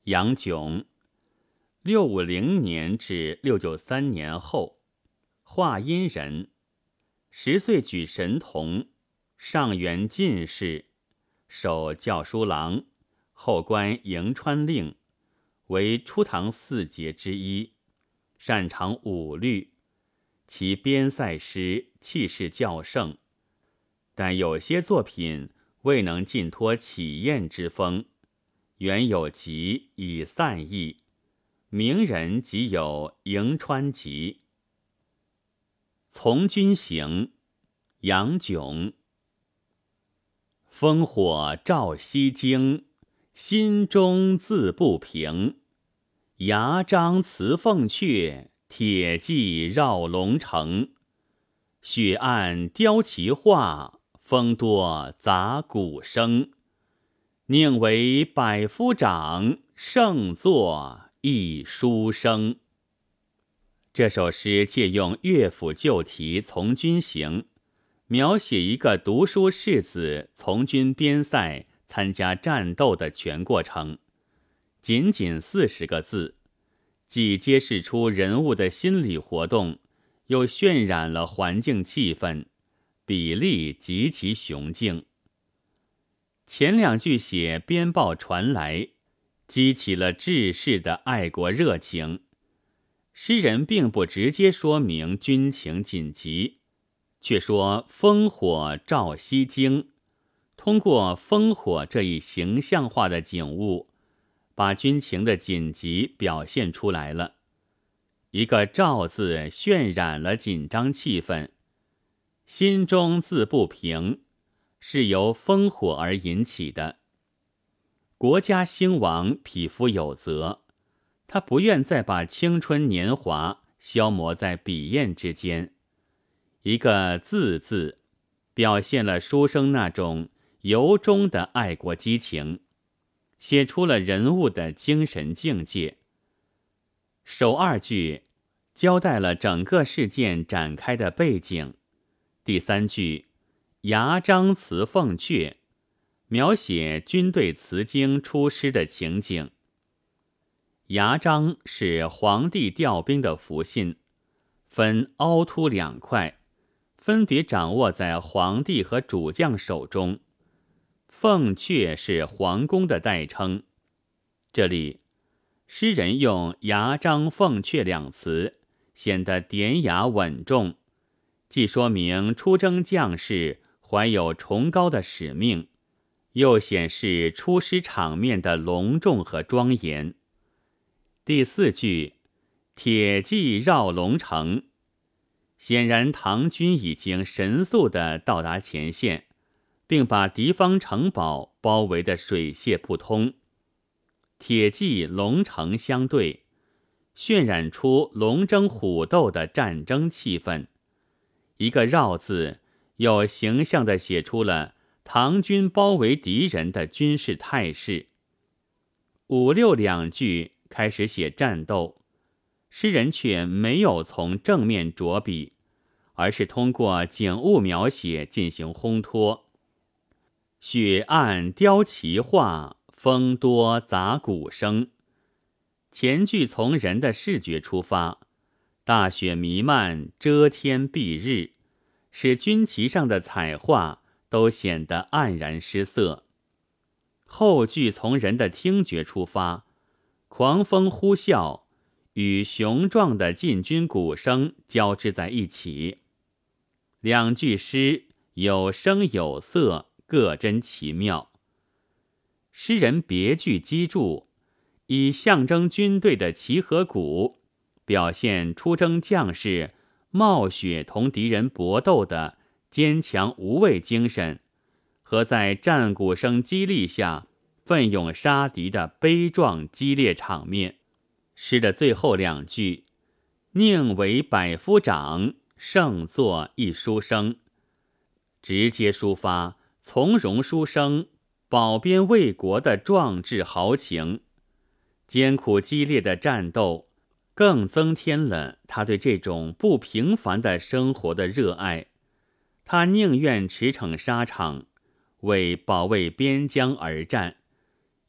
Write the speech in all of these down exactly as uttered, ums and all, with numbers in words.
杨炯，六五零年至六九三年后，华阴人，十岁举神童，上元进士，守校书郎，后官迎川令，为初唐四杰之一，擅长武律，其边塞诗气势较盛，但有些作品未能尽脱启艳之风，原有集以散佚，名人即有迎川集。从军行，杨炯。烽火照西京，心中自不平。牙璋辞凤阙，铁骑绕龙城。雪暗雕旗画，风多杂鼓声。宁为百夫长，胜作一书生。这首诗借用乐府旧题《从军行》，描写一个读书士子从军边塞参加战斗的全过程，仅仅四十个字，既揭示出人物的心理活动，又渲染了环境气氛，比例极其雄劲。前两句写边报传来，激起了志士的爱国热情。诗人并不直接说明军情紧急，却说烽火照西京，通过烽火这一形象化的景物，把军情的紧急表现出来了。一个照字渲染了紧张气氛，心中自不平，是由烽火而引起的。国家兴亡，匹夫有责，他不愿再把青春年华消磨在笔砚之间。一个字字，表现了书生那种由衷的爱国激情，写出了人物的精神境界。首二句交代了整个事件展开的背景，第三句牙璋辞凤阙，描写军队辞京出师的情景。牙璋是皇帝调兵的符信，分凹凸两块，分别掌握在皇帝和主将手中。凤阙是皇宫的代称。这里诗人用牙璋凤阙两词，显得典雅稳重，既说明出征将士怀有崇高的使命，又显示出师场面的隆重和庄严。第四句铁骑绕龙城，显然唐军已经神速地到达前线，并把敌方城堡包围得水泄不通。铁骑龙城相对，渲染出龙争虎斗的战争气氛。一个绕字又形象地写出了唐军包围敌人的军事态势。五六两句开始写战斗，诗人却没有从正面着笔，而是通过景物描写进行烘托。雪暗雕旗画，风多杂鼓声。前句从人的视觉出发，大雪弥漫，遮天蔽日，使军旗上的彩画都显得黯然失色。后句从人的听觉出发，狂风呼啸与雄壮的进军鼓声交织在一起。两句诗有声有色，各真奇妙。诗人别具机杼，以象征军队的旗和鼓，表现出征将士冒雪同敌人搏斗的坚强无畏精神，和在战鼓声激励下奋勇杀敌的悲壮激烈场面。诗的最后两句宁为百夫长，胜作一书生，直接抒发从容书生保边卫国的壮志豪情。艰苦激烈的战斗更增添了他对这种不平凡的生活的热爱。他宁愿驰骋沙场，为保卫边疆而战，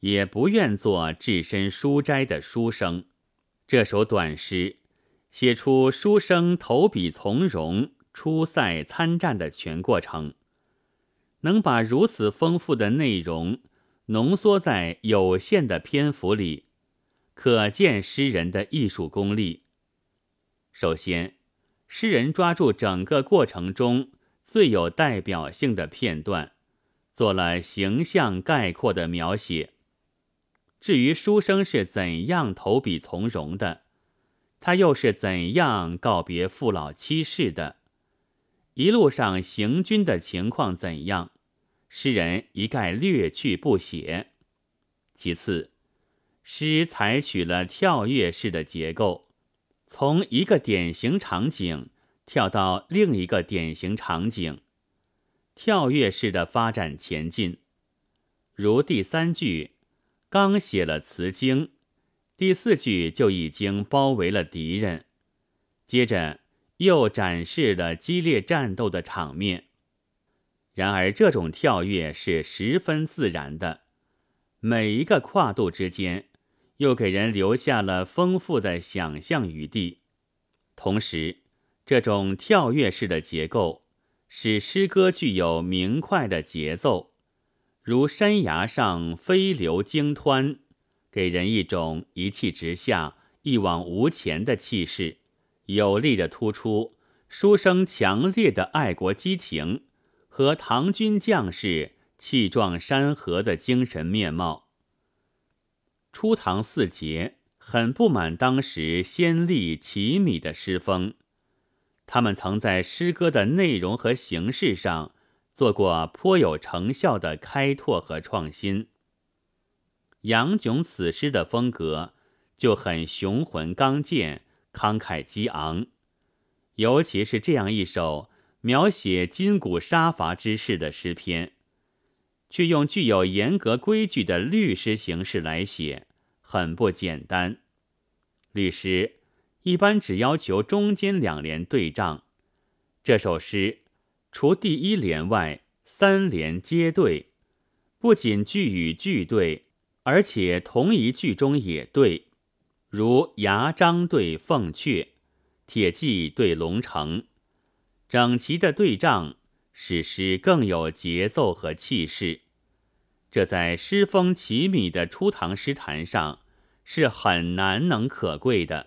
也不愿做置身书斋的书生。这首短诗写出书生投笔从戎、出塞参战的全过程，能把如此丰富的内容浓缩在有限的篇幅里，可见诗人的艺术功力。首先，诗人抓住整个过程中最有代表性的片段，做了形象概括的描写。至于书生是怎样投笔从戎的，他又是怎样告别父老妻室的，一路上行军的情况怎样，诗人一概略去不写。其次，诗采取了跳跃式的结构，从一个典型场景跳到另一个典型场景，跳跃式的发展前进。如第三句刚写了词经，第四句就已经包围了敌人，接着又展示了激烈战斗的场面。然而这种跳跃是十分自然的，每一个跨度之间又给人留下了丰富的想象余地。同时，这种跳跃式的结构使诗歌具有明快的节奏，如山崖上飞流惊湍，给人一种一气直下、一往无前的气势，有力地突出书生强烈的爱国激情和唐军将士气壮山河的精神面貌。初唐四杰很不满当时先例奇靡的诗风，他们曾在诗歌的内容和形式上做过颇有成效的开拓和创新。杨炯此诗的风格就很雄浑刚健、慷慨激昂，尤其是这样一首描写金谷杀伐之事的诗篇，却用具有严格规矩的律诗形式来写，很不简单。律诗一般只要求中间两联对仗，这首诗除第一联外，三联皆对，不仅句与句对，而且同一句中也对，如牙璋对凤阙，铁骑对龙城，整齐的对仗使诗更有节奏和气势。这在诗风奇靡的初唐诗坛上是很难能可贵的。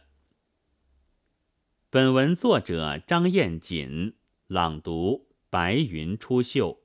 本文作者张彦锦，朗读白云出岫。